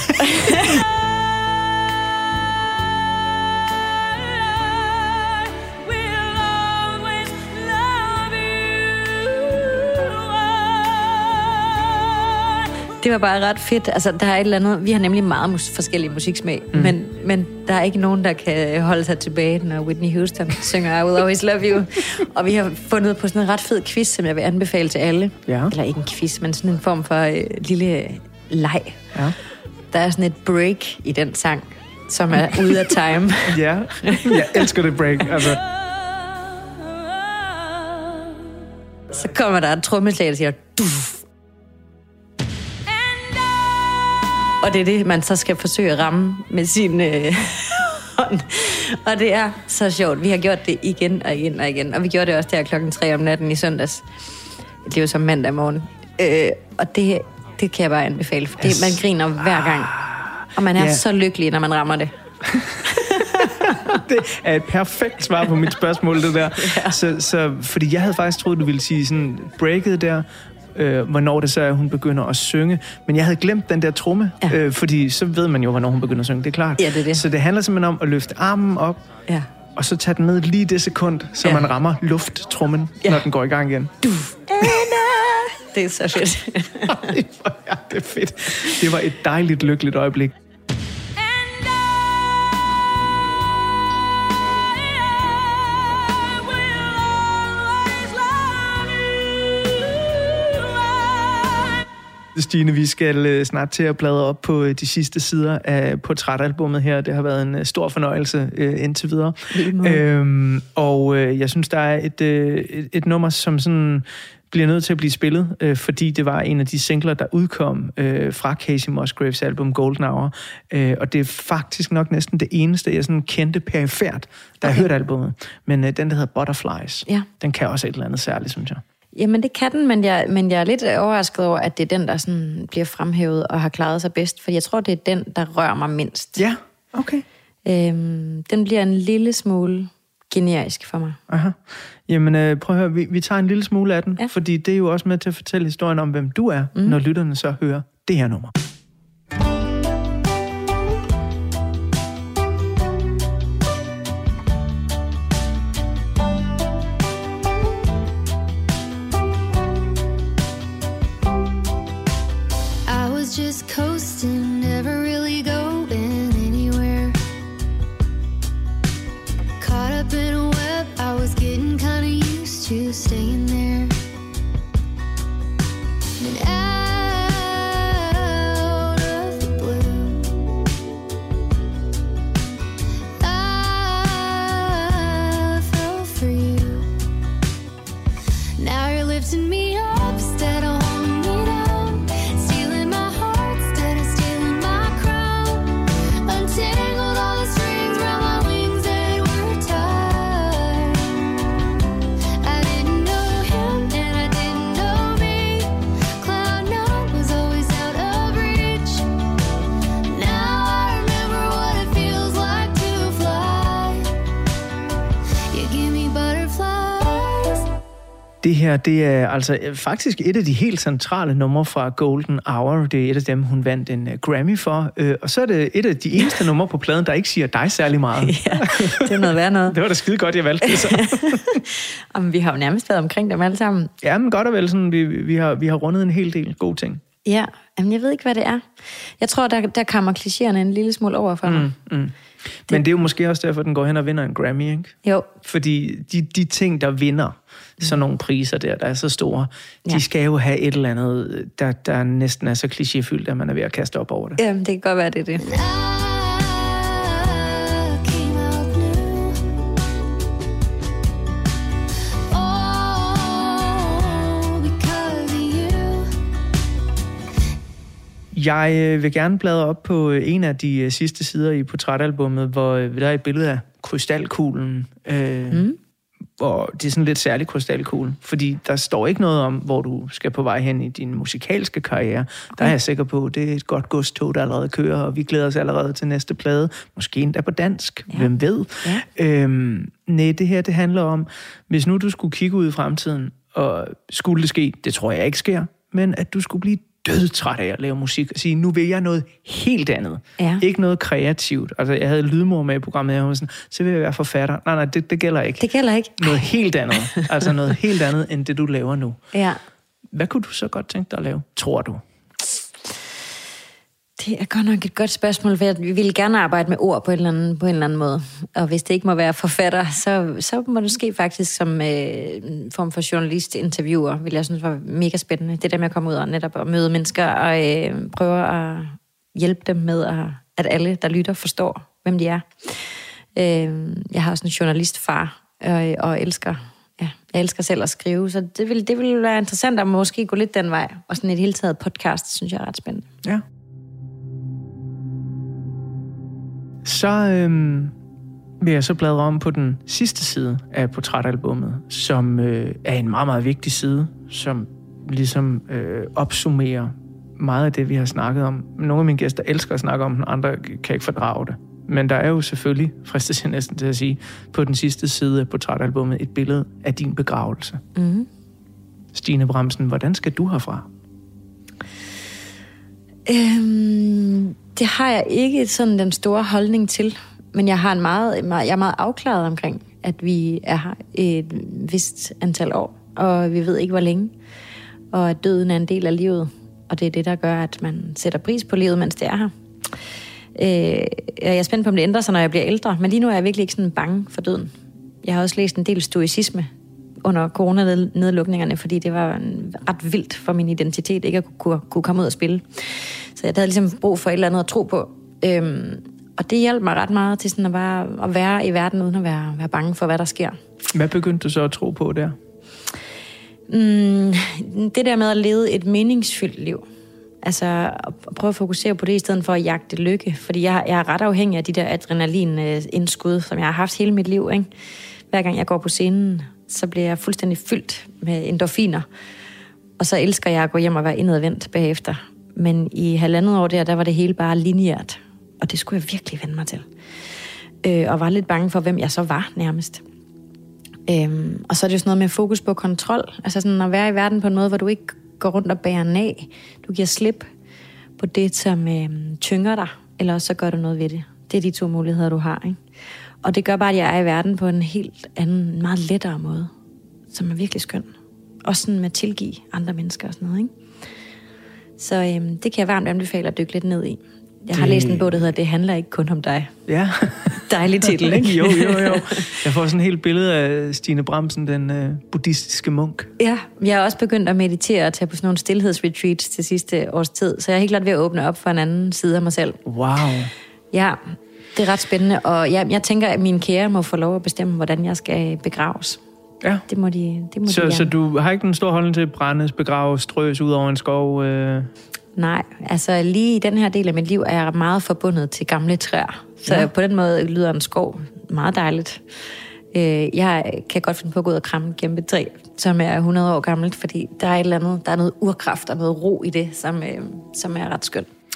Det var bare ret fedt. Altså, der er et eller andet... Vi har nemlig meget forskellige musiksmag, men der er ikke nogen, der kan holde sig tilbage, når Whitney Houston synger I Will Always Love You. Og vi har fundet på sådan en ret fed quiz, som jeg vil anbefale til alle. Ja. Eller ikke en quiz, men sådan en form for lille leg. Ja. Der er sådan et break i den sang, som er ude af time. Ja, jeg elsker det break, altså. Så kommer der et trommeslag, der siger... Duf. Og det er det, man så skal forsøge at ramme med sin hånd. Og det er så sjovt. Vi har gjort det igen og igen og igen. Og vi gjorde det også der klokken 3 om natten i søndags. Det var som mandag morgen. Og det kan jeg bare anbefale. For man griner hver gang. Og man er så lykkelig, når man rammer det. Det er et perfekt svar på mit spørgsmål, det der. Ja. Så, fordi jeg havde faktisk troet, du ville sige sådan breaket der, hvornår det så er, hun begynder at synge. Men jeg havde glemt den der tromme, fordi så ved man jo, hvornår hun begynder at synge. Det er klart. Ja, det er det. Så det handler simpelthen om at løfte armen op, og så tage den ned lige det sekund, så man rammer lufttrommen, når den går i gang igen. Det er så fedt. Ja, det er fedt. Det var et dejligt, lykkeligt øjeblik. Stine, vi skal snart til at bladre op på de sidste sider af portrætalbummet her. Det har været en stor fornøjelse indtil videre. Og jeg synes, der er et nummer, som sådan bliver nødt til at blive spillet, fordi det var en af de singler, der udkom fra Kacey Musgraves album Golden Hour. Og det er faktisk nok næsten det eneste, jeg sådan kendte perifært, da jeg hørte albummet. Men den, der hedder Butterflies, den kan også et eller andet særligt, synes jeg. Jamen, det kan den, men jeg er lidt overrasket over, at det er den, der sådan bliver fremhævet og har klaret sig bedst. For jeg tror, det er den, der rører mig mindst. Ja, okay. Den bliver en lille smule generisk for mig. Aha. Jamen, prøv at høre, vi tager en lille smule af den, fordi det er jo også med til at fortælle historien om, hvem du er, når lytterne så hører det her nummer. Just coasting, never really going anywhere. Caught up in a web, I was getting kinda used to staying there. And out of the blue, I fell for you. Now you're lifting me up instead of holding me down. Stealing my heart instead of stealing my crown. Untangled all the strings round my wings that were tied. I didn't know him and I didn't know me. Cloud nine was always out of reach. Now I remember what it feels like to fly. Det her, det er altså faktisk et af de helt centrale numre fra Golden Hour. Det er et af dem, hun vandt en Grammy for. Og så er det et af de eneste numre på pladen, der ikke siger dig særlig meget. Ja, det er noget værd noget. Det var da skide godt, jeg valgte det så. Jamen, vi har jo nærmest været omkring dem alle sammen. Ja, men godt og vel, sådan, vi har rundet en hel del gode ting. Ja, men jeg ved ikke, hvad det er. Jeg tror, der kommer klichéerne en lille smule over for mig. Men det er jo måske også derfor, den går hen og vinder en Grammy, ikke? Jo. Fordi de ting, der vinder sådan nogle priser der er så store, de skal jo have et eller andet, der næsten er så klichéfyldt, at man er ved at kaste op over det. Jamen, det kan godt være, det er det. Jeg vil gerne bladre op på en af de sidste sider i portrætalbummet, hvor der er et billede af krystalkuglen. Og det er sådan lidt særlig krystalkugle, fordi der står ikke noget om, hvor du skal på vej hen i din musikalske karriere. Der er jeg sikker på, det er et godt godstog, der allerede kører, og vi glæder os allerede til næste plade. Måske endda på dansk, hvem ved. Ja. Nej, det her, det handler om, hvis nu du skulle kigge ud i fremtiden, og skulle det ske, det tror jeg ikke sker, men at du skulle blive dødtræt af at lave musik og sige, nu vil jeg noget helt andet. Ja. Ikke noget kreativt. Altså, jeg havde lydmor med i programmet, og jeg var sådan, så vil jeg være forfatter. Nej, det gælder ikke. Det gælder ikke. Noget helt andet. Altså noget helt andet, end det du laver nu. Ja. Hvad kunne du så godt tænke dig at lave, tror du? Det er godt nok et godt spørgsmål, for jeg vil gerne arbejde med ord på en eller anden måde. Og hvis det ikke må være forfatter, så må det ske faktisk som en form for journalist-interviewer, vil jeg synes var mega spændende. Det der med at komme ud og netop at møde mennesker og prøve at hjælpe dem med, at alle, der lytter, forstår, hvem de er. Jeg har også en journalistfar og elsker... Ja, jeg elsker selv at skrive, så det vil være interessant at måske gå lidt den vej. Og sådan et hele taget podcast, synes jeg er ret spændende. Ja. Så vil jeg så bladre om på den sidste side af portrætalbummet, som er en meget, meget vigtig side, som ligesom opsummerer meget af det, vi har snakket om. Nogle af mine gæster elsker at snakke om den, andre kan ikke fordrage det. Men der er jo selvfølgelig, fristes jeg næsten til at sige, på den sidste side af portrætalbummet et billede af din begravelse. Mm. Stine Bramsen, hvordan skal du herfra? Det har jeg ikke sådan den store holdning til, men jeg er meget afklaret omkring, at vi er her et vist antal år, og vi ved ikke, hvor længe, og at døden er en del af livet, og det er det, der gør, at man sætter pris på livet, mens det er her. Jeg er spændt på, om det ændrer sig, når jeg bliver ældre, men lige nu er jeg virkelig ikke sådan bange for døden. Jeg har også læst en del stoicisme under coronanedlukningerne, fordi det var ret vildt for min identitet ikke at kunne komme ud og spille. Så jeg havde ligesom brug for et eller andet at tro på. Og det hjalp mig ret meget til sådan at være i verden, uden at være bange for, hvad der sker. Hvad begyndte du så at tro på der? Det der med at leve et meningsfyldt liv. Altså at prøve at fokusere på det, i stedet for at jagte lykke. Fordi jeg er ret afhængig af de der adrenalin-indskud, som jeg har haft hele mit liv. Ikke? Hver gang jeg går på scenen, så bliver jeg fuldstændig fyldt med endorfiner. Og så elsker jeg at gå hjem og være indadvendt bagefter. Men i 1,5 år der var det hele bare lineært. Og det skulle jeg virkelig vende mig til. Og var lidt bange for, hvem jeg så var nærmest. Og så er det jo sådan noget med fokus på kontrol. Altså sådan at være i verden på en måde, hvor du ikke går rundt og bærer af. Du giver slip på det, som tynger dig. Eller også så gør du noget ved det. Det er de 2 muligheder, du har, ikke? Og det gør bare, at jeg er i verden på en helt anden, meget lettere måde. Som er virkelig skøn. Også sådan med at tilgive andre mennesker og sådan noget, ikke? Så det kan jeg varmt anbefale at dykke lidt ned i. Jeg har læst en bog, der hedder Det handler ikke kun om dig. Ja. Dejlig titel, ikke? Jo. Jeg får sådan et helt billede af Stine Bramsen, den buddhistiske munk. Ja, jeg er også begyndt at meditere og tage på sådan nogle stillhedsretreats til sidste års tid, så jeg er helt klart ved at åbne op for en anden side af mig selv. Wow. Ja, det er ret spændende, og jeg tænker, at mine kære må få lov at bestemme, hvordan jeg skal begraves. Ja. Det må de så du har ikke den store holdning til at brændes, begraves, strøs ud over en skov? Nej, altså lige i den her del af mit liv er jeg meget forbundet til gamle træer. Så på den måde lyder en skov meget dejligt. Jeg kan godt finde på at gå ud og kramme et kæmpe træ, som er 100 år gammelt, fordi der er et eller andet, der er noget urkraft og noget ro i det, som er ret skønt.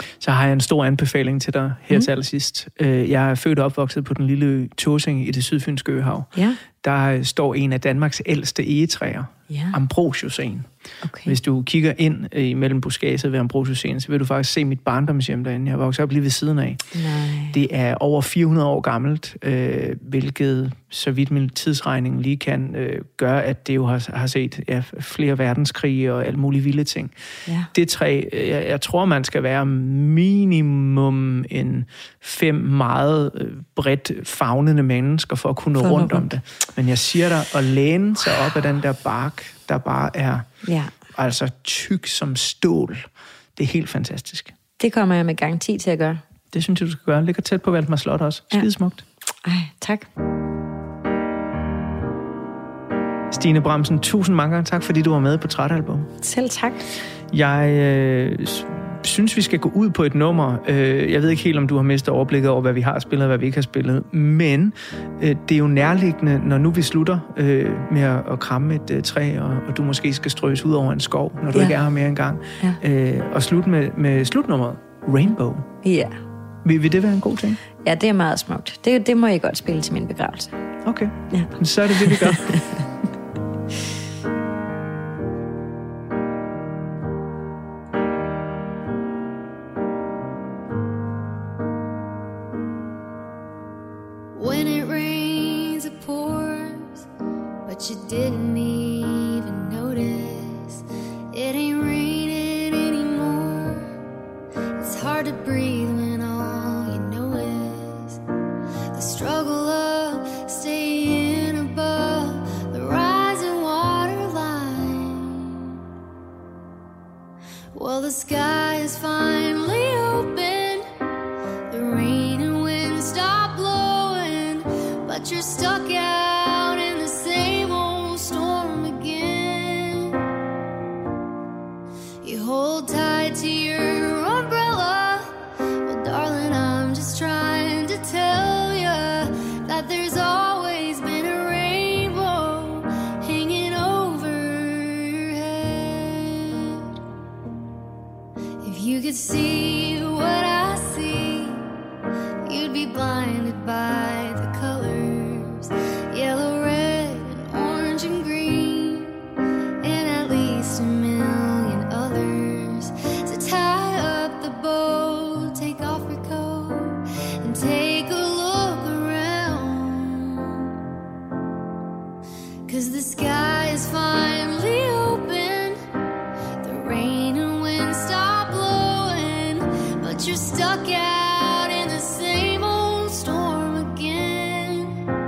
Så har jeg en stor anbefaling til dig her til allersidst. Jeg er født og opvokset på den lille ø Tåsinge i det sydfynske øhav. Ja. Der står en af Danmarks ældste egetræer, Ambrosiusåen. Okay. Hvis du kigger ind imellem buskaget ved Ambrosiusåen, så vil du faktisk se mit barndomshjem derinde. Jeg voksede op lige ved siden af. Nej. Det er over 400 år gammelt, hvilket, så vidt min tidsregning lige kan, gøre, at det jo har set flere verdenskrige og alle mulige vilde ting. Ja. Det træ, jeg tror, man skal være minimum 5 meget bredt favnende mennesker for at kunne nå rundt om det. Men jeg siger dig, at læne sig op af den der bark, der bare er altså tyk som stål. Det er helt fantastisk. Det kommer jeg med garanti til at gøre. Det synes jeg, du skal gøre. Ligger tæt på Valdemar Slot også. Skidesmukt. Ej, tak. Stine Bramsen, tusind mange gange tak, fordi du var med på Portrætalbum. Selv tak. Jeg synes, vi skal gå ud på et nummer. Jeg ved ikke helt, om du har mistet overblikket over, hvad vi har spillet og hvad vi ikke har spillet. Men det er jo nærliggende, når nu vi slutter med at kramme et træ, og du måske skal strøs ud over en skov, når du ikke er her mere engang. Og slutte med slutnummeret Rainbow. Ja. Vil det være en god ting? Ja, det er meget smukt. Det må jeg godt spille til min begravelse. Okay. Ja. Så er det vi gør. When it rains, it pours, but you didn't even notice. It ain't raining anymore. It's hard to breathe when all you know is the struggle of staying above the rising water line. Well, the sky is finally open. The rain and wind stop blowing, but you're stuck out in the same old storm again. You hold tight to your umbrella. Well, darling, I'm just trying to tell you that there's always been a rainbow hanging over your head. If you could see what I see, you'd be blinded by the colors, yellow, red, and orange and green, and at least a million others. So tie up the boat, take off your coat, and take a look around. 'Cause the sky is finally open, the rain and wind stop blowing, but you're stuck out in the same old storm again.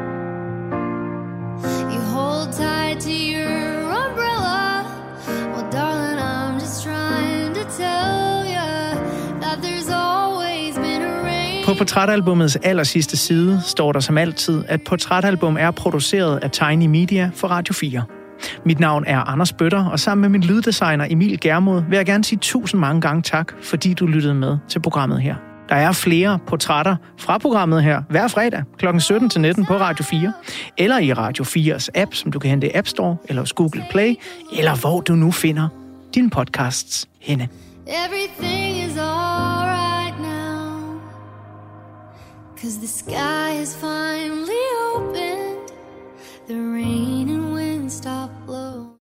You hold tight to your umbrella. Well, darling, I'm just trying to tell you that there's always been a rain. På portrætalbummets allersidste side står der som altid, at Portrætalbum er produceret af Tiny Media for Radio 4. Mit navn er Anders Bøtter, og sammen med min lyddesigner Emil Germod vil jeg gerne sige 1000 mange gange tak, fordi du lyttede med til programmet her. Der er flere portrætter fra programmet her hver fredag kl. 17-19 på Radio 4, eller i Radio 4's app, som du kan hente i App Store, eller hos Google Play, eller hvor du nu finder dine podcasts henne. Everything is all right now, 'cause the sky is finally opened, the rain